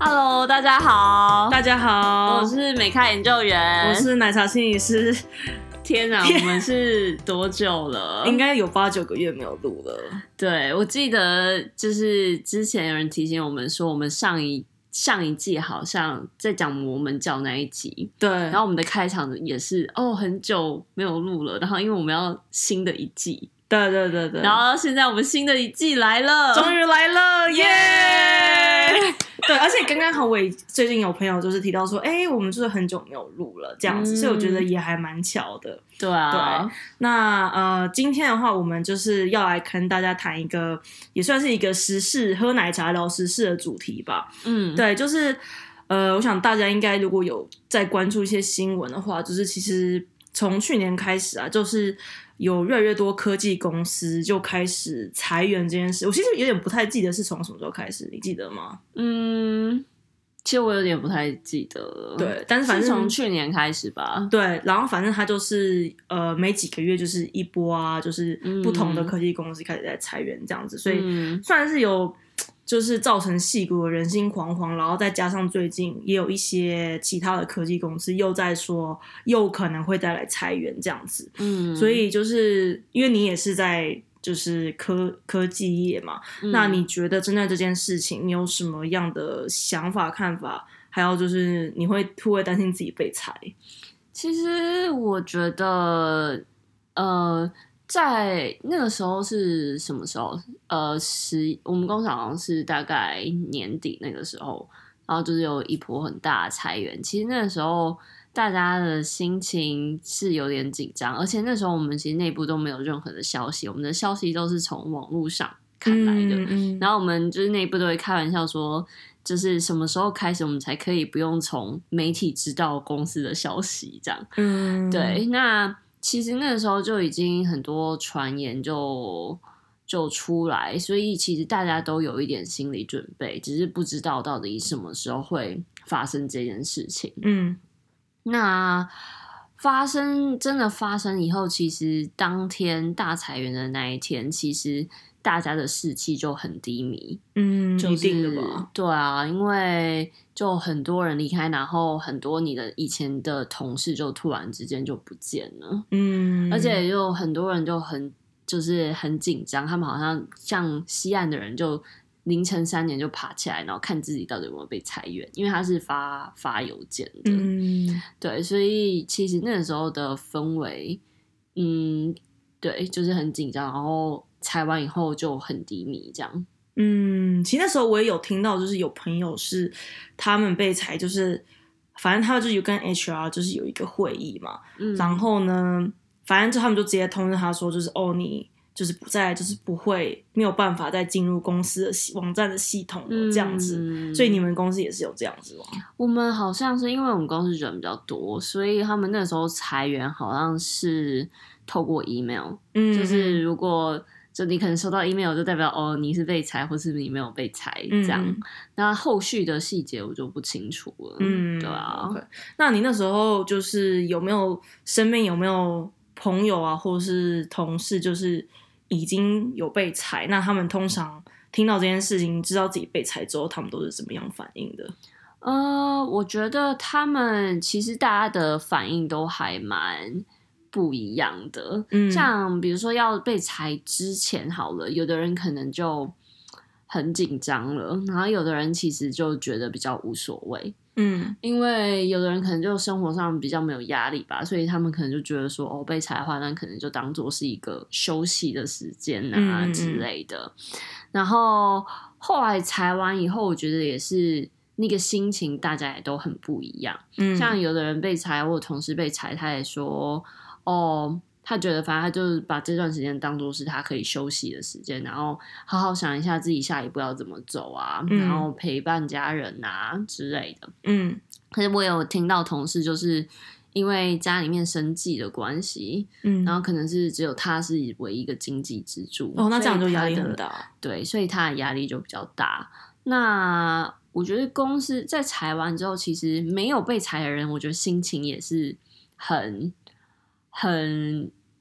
Hello， 大家好， 大家好， 我是美咖研究员， 我是奶茶心理师。 天啊，我们是多久了？ 应该有8、9个月没有录了。 对，我记得就是之前有人提醒我们说，我们上一季好像在讲摩门教那一集， 对， 然后我们的开场也是很久没有录了，然后因为我们要新的一季， 对， 然后现在我们新的一季来了， 终于来了，耶！对，而且刚刚好，我最近有朋友就是提到说，我们就是很久没有录了这样子，所以我觉得也还蛮巧的。 对啊， 对，那今天的话，我们就是要来跟大家谈一个，也算是一个时事，喝奶茶聊时事的主题吧。对，就是我想大家应该如果有在关注一些新闻的话，就是其实从去年开始啊，就是有越来越多科技公司就开始裁员这件事。我其实有点不太记得是从什么时候开始，你记得吗？ 其实我有点不太记得了。 对，但是反正是从去年开始吧。 对，然后反正它就是每几个月就是一波啊，就是不同的科技公司开始在裁员这样子，所以算是有就是造成矽谷的人心惶惶，然后再加上最近也有一些其他的科技公司又在说又可能会再来裁员这样子。所以就是因为你也是在就是科技业嘛，那你觉得针对这件事情你有什么样的想法看法？还有就是你会不会担心自己被裁？ 其实我觉得在那个时候是什么时候？我们工厂好像是大概年底那个时候，然后就是有一波很大的裁员。其实那个时候大家的心情是有点紧张，而且那时候我们其实内部都没有任何的消息，我们的消息都是从网络上看来的。然后我们就是内部都会开玩笑说，就是什么时候开始我们才可以不用从媒体知道公司的消息这样。对，那其实那个时候就已经很多传言就出来，所以其实大家都有一点心理准备，只是不知道到底什么时候会发生这件事情。那真的发生以后，其实当天大裁员的那一天，其实大家的士气就很低迷。 一定的吧？ 对啊，因为就很多人离开，然后很多你的以前的同事就突然之间就不见了。而且就很多人就是很紧张，他们好像西岸的人就凌晨3点就爬起来，然后看自己到底有没有被裁员，因为他是发邮件的。对，所以其实那个时候的氛围，对，就是很紧张，然后裁完以后就很低迷这样。 其实那时候我也有听到，就是有朋友是他们被裁，就是反正他们就有跟 HR 就是有一个会议嘛，然后呢，反正他们就直接通知他说，就是你就是不再就是没有办法再进入公司的网站的系统了这样子。所以你们公司也是有这样子吗？ 我们好像是因为我们公司人比较多，所以他们那时候裁员好像是透过 email，就是如果就你可能收到 email 就代表你是被裁或是你没有被裁这样。那后续的细节我就不清楚了。对啊。 Okay. 那你那时候就是身边有没有朋友啊或是同事就是已经有被裁？那他们通常听到这件事情知道自己被裁之后，他们都是怎么样反应的？ 我觉得他们其实大家的反应都还蛮不一样的。像比如说要被裁之前好了，有的人可能就很紧张了，然后有的人其实就觉得比较无所谓。因为有的人可能就生活上比较没有压力吧，所以他们可能就觉得说被裁的话，那可能就当做是一个休息的时间啊之类的。然后后来裁完以后，我觉得也是那个心情大家也都很不一样。像有的人被裁，或同事被裁，他也说他觉得反正他就是把这段时间当作是他可以休息的时间，然后好好想一下自己下一步要怎么走啊，然后陪伴家人啊之类的。可是我有听到同事就是因为家里面生计的关系，然后可能是只有他是唯一一个经济支柱。 那这样就压力很大。 对，所以他的压力就比较大。那我觉得公司在裁完之后，其实没有被裁的人，我觉得心情也是很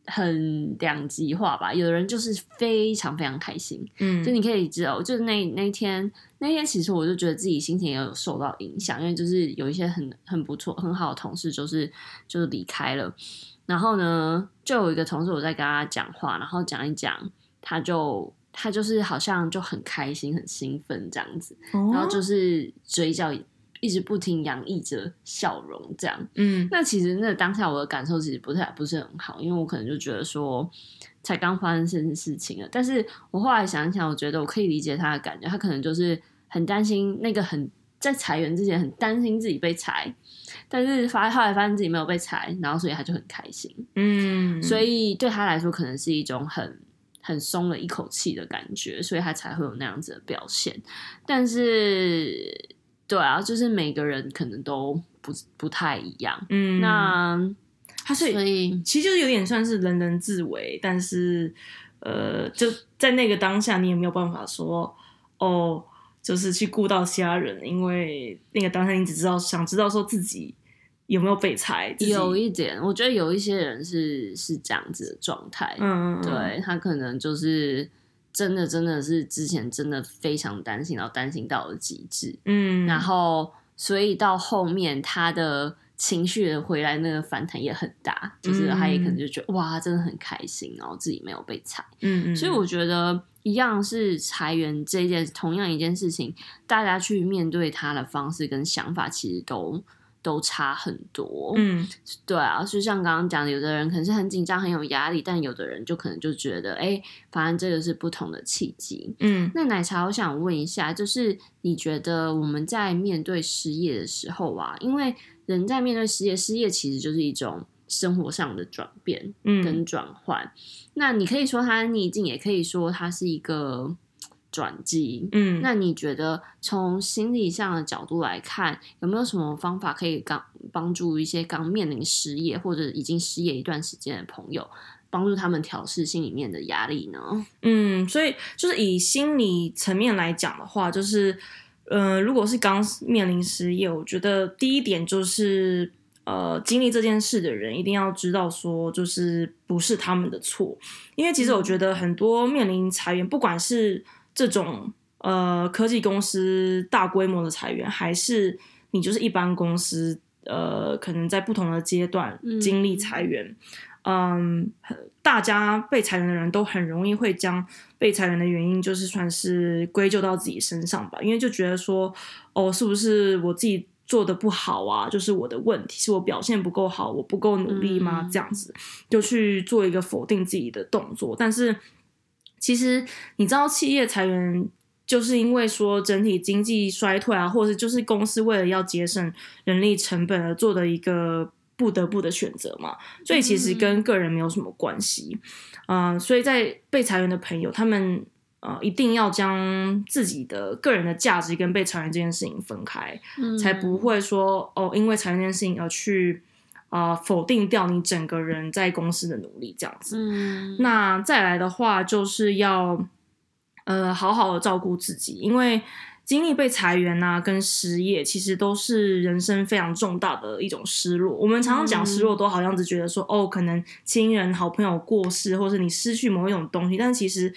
很两极化吧，有的人就是非常非常开心，就你可以知道，就是那天其实我就觉得自己心情也有受到影响，因为就是有一些很不错很好的同事就是离开了，然后呢就有一个同事我在跟他讲话，然后讲一讲他就是好像就很开心很兴奋这样子，然后就是嘴角一直不停洋溢着笑容这样，那其实那当下我的感受其实不是很好，因为我可能就觉得说才刚发生这件事情了，但是我后来想一想，我觉得我可以理解他的感觉，他可能就是很担心那个在裁员之前很担心自己被裁，但是后来发现自己没有被裁，然后所以他就很开心，所以对他来说可能是一种很松了一口气的感觉，所以他才会有那样子的表现，但是对啊，就是每个人可能都不太一样。那所以其实就是有点算是人人自危，但是就在那个当下，你也没有办法说就是去顾到其他人，因为那个当下你只想知道说自己有没有被裁。 有一点，我觉得有一些人是这样子的状态，对，他可能就是真的是之前真的非常担心，然后担心到了极致，然后所以到后面他的情绪回来那个反弹也很大，就是他也可能就觉得哇真的很开心，然后自己没有被裁，所以我觉得一样是裁员同样一件事情，大家去面对他的方式跟想法其实都差很多，对啊，就像刚刚讲的，有的人可能是很紧张很有压力，但有的人就可能就觉得反正这个是不同的契机。那奶茶我想问一下，就是你觉得我们在面对失业的时候啊，因为人在面对失业其实就是一种生活上的转变跟转换，那你可以说它逆境，也可以说它是一个转机，那你觉得从心理上的角度来看，有没有什么方法可以帮助一些刚面临失业或者已经失业一段时间的朋友，帮助他们调适心里面的压力呢？ 所以就是以心理层面来讲的话，就是如果是刚面临失业，我觉得第一点就是经历这件事的人一定要知道说，就是不是他们的错，因为其实我觉得很多面临裁员，不管是这种科技公司大规模的裁员，还是你就是一般公司可能在不同的阶段经历裁员，大家被裁员的人都很容易会将被裁员的原因就是算是归咎到自己身上吧，因为就觉得说是不是我自己做的不好啊，就是我的问题，是我表现不够好，我不够努力吗？这样子就去做一个否定自己的动作，但是其实你知道企业裁员就是因为说整体经济衰退啊，或者就是公司为了要节省人力成本而做的一个不得不的选择嘛，所以其实跟个人没有什么关系，所以在被裁员的朋友他们一定要将自己的个人的价值跟被裁员这件事情分开，才不会说因为裁员这件事情而去否定掉你整个人在公司的努力这样子。那再来的话就是要好好的照顾自己，因为经历被裁员啊跟失业其实都是人生非常重大的一种失落，我们常常讲失落都好像只觉得说可能亲人好朋友过世，或是你失去某一种东西，但其实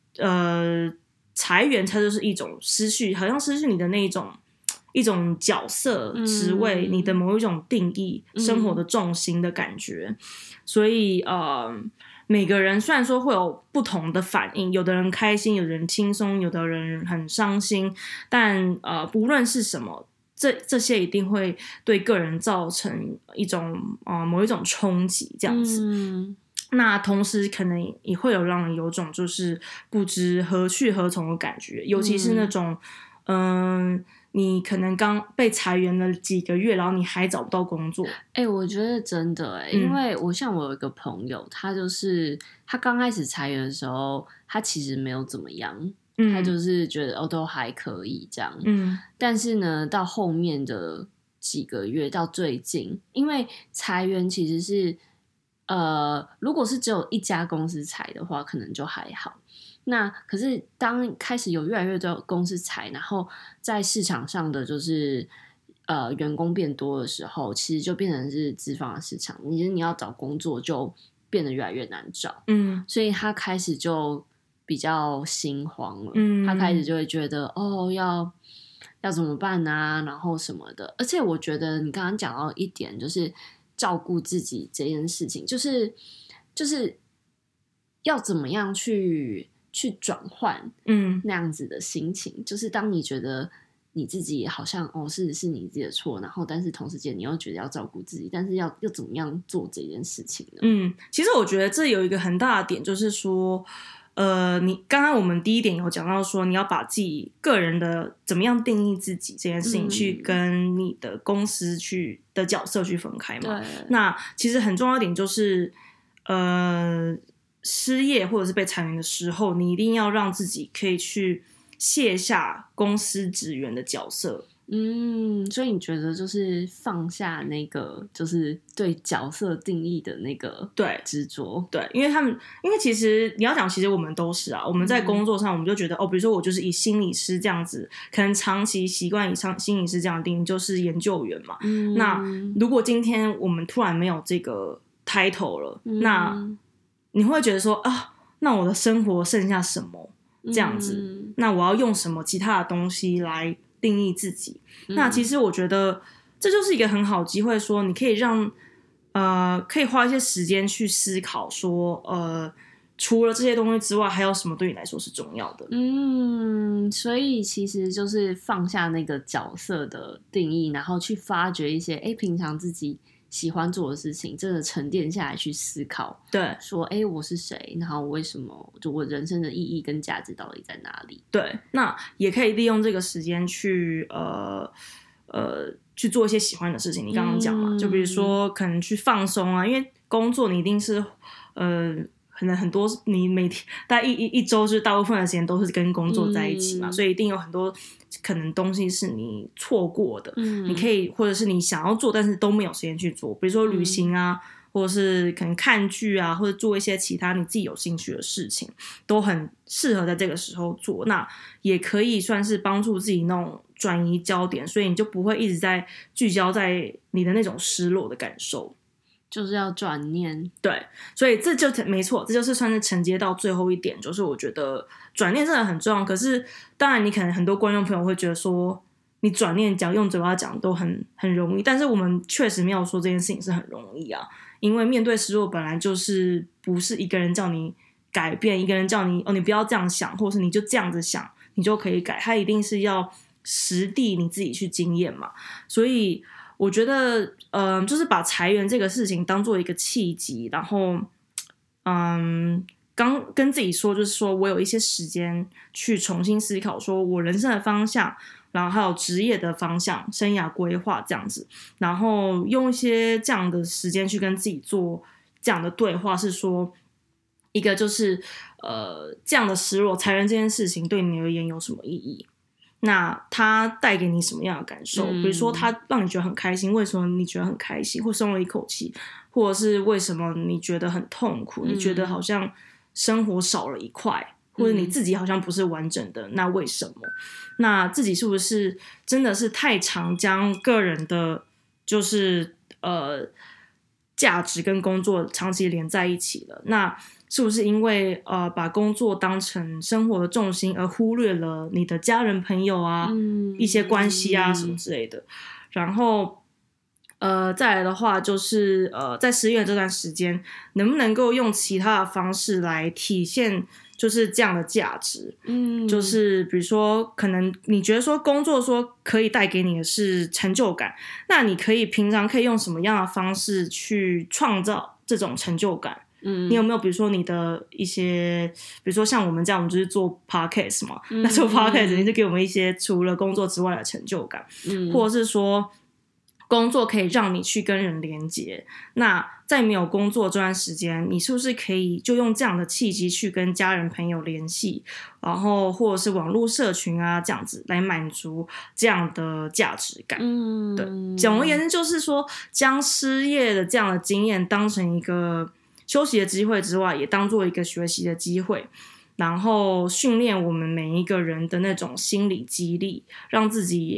裁员它就是一种失去，好像失去你的那一种角色职位，你的某一种定义，生活的重心的感觉，所以每个人虽然说会有不同的反应，有的人开心，有的人轻松，有的人很伤心，但不论是什么，这些一定会对个人造成一种某一种冲击这样子。那同时可能也会有让人有种就是不知何去何从的感觉，尤其是那种你可能刚被裁员了几个月，然后你还找不到工作。 我觉得真的因为我有一个朋友，他刚开始裁员的时候，他其实没有怎么样，他就是觉得都还可以这样。但是呢，到后面的几个月到最近，因为裁员其实是如果是只有一家公司裁的话，可能就还好。那可是当开始有越来越多公司裁，然后在市场上的就是员工变多的时候，其实就变成是资方的市场，你要找工作就变得越来越难找， 所以他开始就比较心慌了，他开始就会觉得要怎么办啊，然后什么的。而且我觉得你刚刚讲到一点，就是照顾自己这件事情，就是要怎么样去转换那样子的心情，就是当你觉得你自己好像是你自己的错，然后但是同时间你又觉得要照顾自己，但是又怎么样做这件事情呢？ 其实我觉得这有一个很大的点，就是说你刚刚我们第一点有讲到说，你要把自己个人的怎么样定义自己这件事情，去跟你的公司的角色去分开嘛。那其实很重要一点就是失业或者是被裁员的时候，你一定要让自己可以去卸下公司职员的角色。 所以你觉得就是放下那个就是对角色定义的那个执着？ 对，因为其实你要讲，其实我们都是啊，我们在工作上我们就觉得比如说我就是以心理师这样子，可能长期习惯以心理师这样的定义就是研究员嘛。那如果今天我们突然没有这个 title 了，那你会觉得说那我的生活剩下什么这样子？那我要用什么其他的东西来定义自己？那其实我觉得这就是一个很好的机会，说你可以让可以花一些时间去思考说除了这些东西之外还有什么对你来说是重要的。 所以其实就是放下那个角色的定义，然后去发掘一些平常自己喜欢做的事情，真的沉淀下来去思考， 对， 说我是谁，然后为什么，就我人生的意义跟价值到底在哪里？ 对，那也可以利用这个时间去去做一些喜欢的事情。你刚刚讲嘛，就比如说可能去放松啊，因为工作你一定是可能很多你每天大概一周就是大部分的时间都是跟工作在一起嘛，所以一定有很多可能东西是你错过的，你可以或者是你想要做但是都没有时间去做，比如说旅行啊，或者是可能看剧啊，或者做一些其他你自己有兴趣的事情，都很适合在这个时候做。那也可以算是帮助自己那种转移焦点，所以你就不会一直在聚焦在你的那种失落的感受， 就是要转念。 对，所以这就没错，这就是算是承接到最后一点，就是我觉得转念真的很重要。可是当然你可能很多观众朋友会觉得说，你转念讲用嘴巴讲都很容易，但是我们确实没有说这件事情是很容易啊，因为面对失落本来就是不是一个人叫你改变，一个人叫你你不要这样想，或是你就这样子想你就可以改，它一定是要实地你自己去经验嘛。所以我觉得就是把裁员这个事情当做一个契机，然后刚跟自己说，就是说我有一些时间去重新思考说我人生的方向，然后还有职业的方向、生涯规划这样子，然后用一些这样的时间去跟自己做这样的对话，是说一个就是这样的失落裁员这件事情对你而言有什么意义，那它带给你什么样的感受，比如说它让你觉得很开心，为什么你觉得很开心或松了一口气，或者是为什么你觉得很痛苦，你觉得好像生活少了一块，或者你自己好像不是完整的，那为什么？那自己是不是真的是太常将个人的就是价值跟工作长期连在一起了，那是不是因为把工作当成生活的重心而忽略了你的家人朋友啊，一些关系啊什么之类的。然后再来的话就是在失业这段时间能不能够用其他的方式来体现就是这样的价值，就是比如说可能你觉得说工作说可以带给你的是成就感，那你可以平常可以用什么样的方式去创造这种成就感？你有没有比如说你的一些，比如说像我们这样，我们就是做 podcast 嘛，那做 podcast 你就给我们一些除了工作之外的成就感，或者是说工作可以让你去跟人连结，那在没有工作这段时间，你是不是可以就用这样的契机去跟家人朋友联系，然后或者是网络社群啊这样子来满足这样的价值感。对，总而言之就是说将失业的这样的经验当成一个休息的机会之外，也当做一个学习的机会，然后训练我们每一个人的那种心理激励，让自己也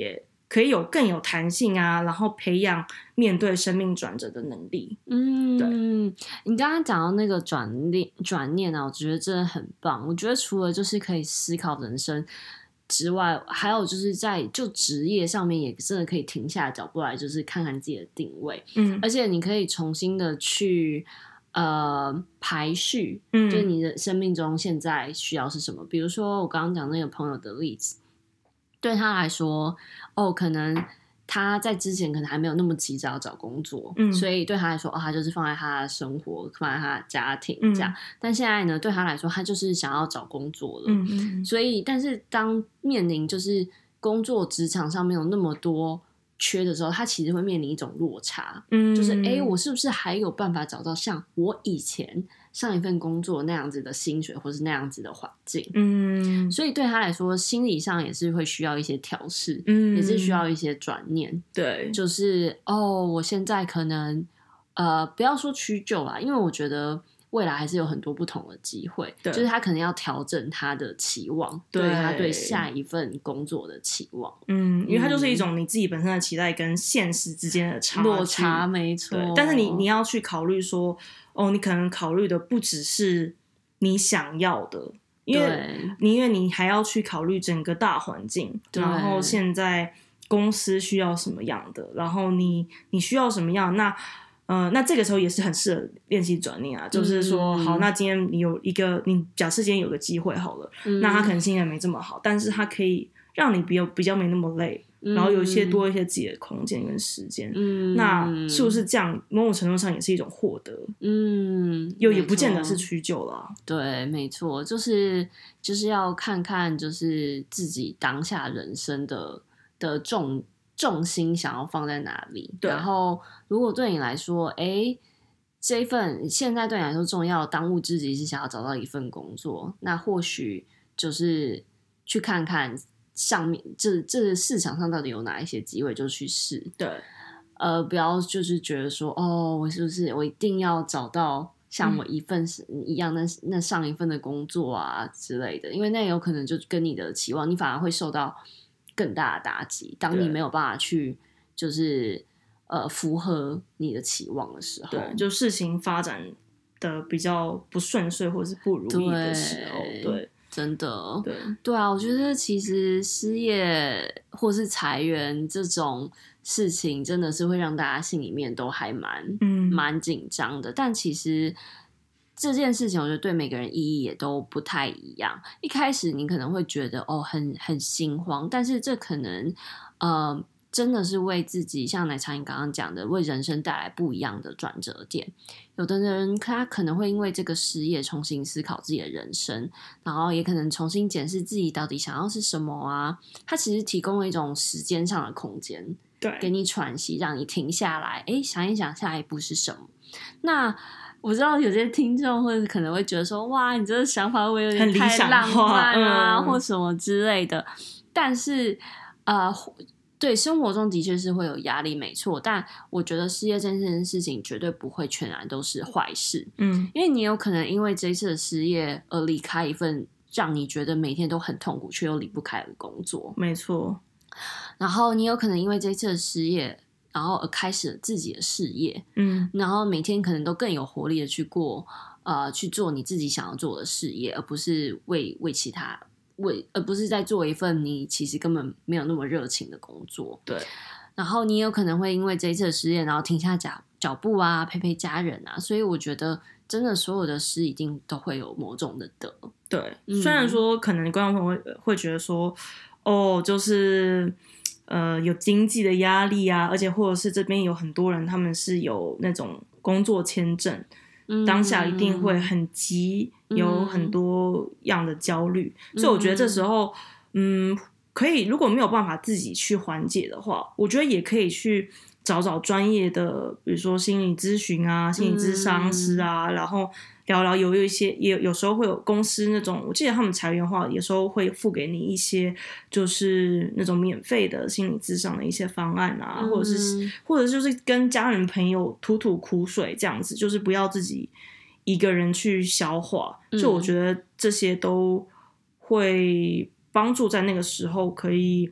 可以更有弹性啊，然后培养面对生命转折的能力。对， 你刚刚讲到那个转念啊，我觉得真的很棒。我觉得除了就是可以思考人生之外，还有就是在职业上面也真的可以停下来脚步来，就是看看自己的定位。而且你可以重新的去排序，就是你的生命中现在需要是什么。比如说我刚刚讲那个朋友的例子，对他来说，可能他在之前可能还没有那么急着要找工作，所以对他来说，他就是放在他的生活，放在他的家庭这样。但现在呢，对他来说，他就是想要找工作了。所以，但是当面临就是工作职场上面有那么多缺的时候，他其实会面临一种落差，就是我是不是还有办法找到像我以前上一份工作那样子的薪水，或是那样子的环境？所以对他来说，心理上也是会需要一些调试，也是需要一些转念。 对， 就是我现在可能不要说屈就啦，因为我觉得未来还是有很多不同的机会，就是他可能要调整他的期望，对他对下一份工作的期望。 因为它就是一种你自己本身的期待跟现实之间的落差，没错。 但是你要去考虑说，你可能考虑的不只是你想要的，因为你还要去考虑整个大环境，然后现在公司需要什么样的，然后你需要什么样的，那这个时候也是很适合练习转念啊，就是说，好，那今天你假设今天有个机会好了，那他可能现在没这么好，但是他可以让你比较没那么累，然后有多一些自己的空间跟时间，那是不是这样某种程度上也是一种获得？也不见得是屈就啦。 对，没错，就是要看看就是自己当下人生的重心想要放在哪里。然后如果对你来说这一份现在对你来说重要的当务之急是想要找到一份工作，那或许就是去看看上面这市场上到底有哪一些机会，就去试。 对， 不要就是觉得说我是不是我一定要找到像我一份一样那上一份的工作啊之类的，因为那有可能就跟你的期望，你反而会受到更大的打击。当你没有办法去就是符合你的期望的时候， 对，就事情发展的比较不顺遂或是不如意的时候，对， 真的， 对啊，我觉得其实失业或是裁员这种事情，真的是会让大家心里面都还蛮紧张的。但其实这件事情，我觉得对每个人意义也都不太一样。一开始你可能会觉得很心慌，但是这可能真的是为自己，像奶茶你刚刚讲的，为人生带来不一样的转折点。有的人他可能会因为这个失业重新思考自己的人生，然后也可能重新检视自己到底想要是什么啊。它其实提供了一种时间上的空间， 对， 给你喘息，让你停下来，想一想下一步是什么。那我知道有些听众会可能会觉得说，哇，你这个想法会有点太浪漫啊，或什么之类的。但是对，生活中的确是会有压力，没错。但我觉得失业这件事情绝对不会全然都是坏事，因为你有可能因为这一次的失业而离开一份让你觉得每天都很痛苦却又离不开的工作， 没错。 然后你有可能因为这一次的失业，然后而开始了自己的事业，然后每天可能都更有活力的去做你自己想要做的事业，而不是为其他。而不是在做一份你其实根本没有那么热情的工作。 对， 然后你有可能会因为这一次的失业，然后停下脚步啊，陪家人啊。所以我觉得真的所有的失一定都会有某种的得。 对，虽然说可能观众朋友会觉得说，就是有经济的压力啊，而且或者是这边有很多人他们是有那种工作签证。当下一定会很急，有很多样的焦虑，所以我觉得这时候，可以如果没有办法自己去缓解的话，我觉得也可以去找专业的，比如说心理咨询啊、心理咨商师啊，然后聊聊有一些有时候会有公司那种，我记得他们裁员的话，有时候会付给你一些就是那种免费的心理咨商的一些方案啊，或者就是跟家人朋友吐苦水这样子，就是不要自己一个人去消化。就我觉得这些都会帮助在那个时候可以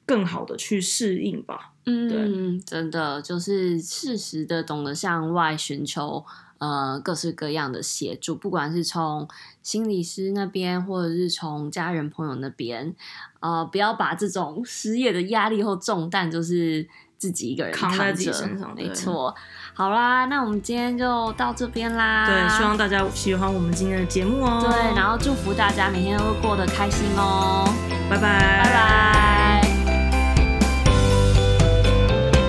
更好的去适应吧。 对，真的就是适时的懂得向外寻求各式各样的协助，不管是从心理师那边，或者是从家人朋友那边，不要把这种失业的压力或重担就是自己一个人扛在自己身上。 没错。好啦，那我们今天就到这边啦。 对，希望大家喜欢我们今天的节目哦。 对，然后祝福大家每天都过得开心哦。 拜拜， 拜拜。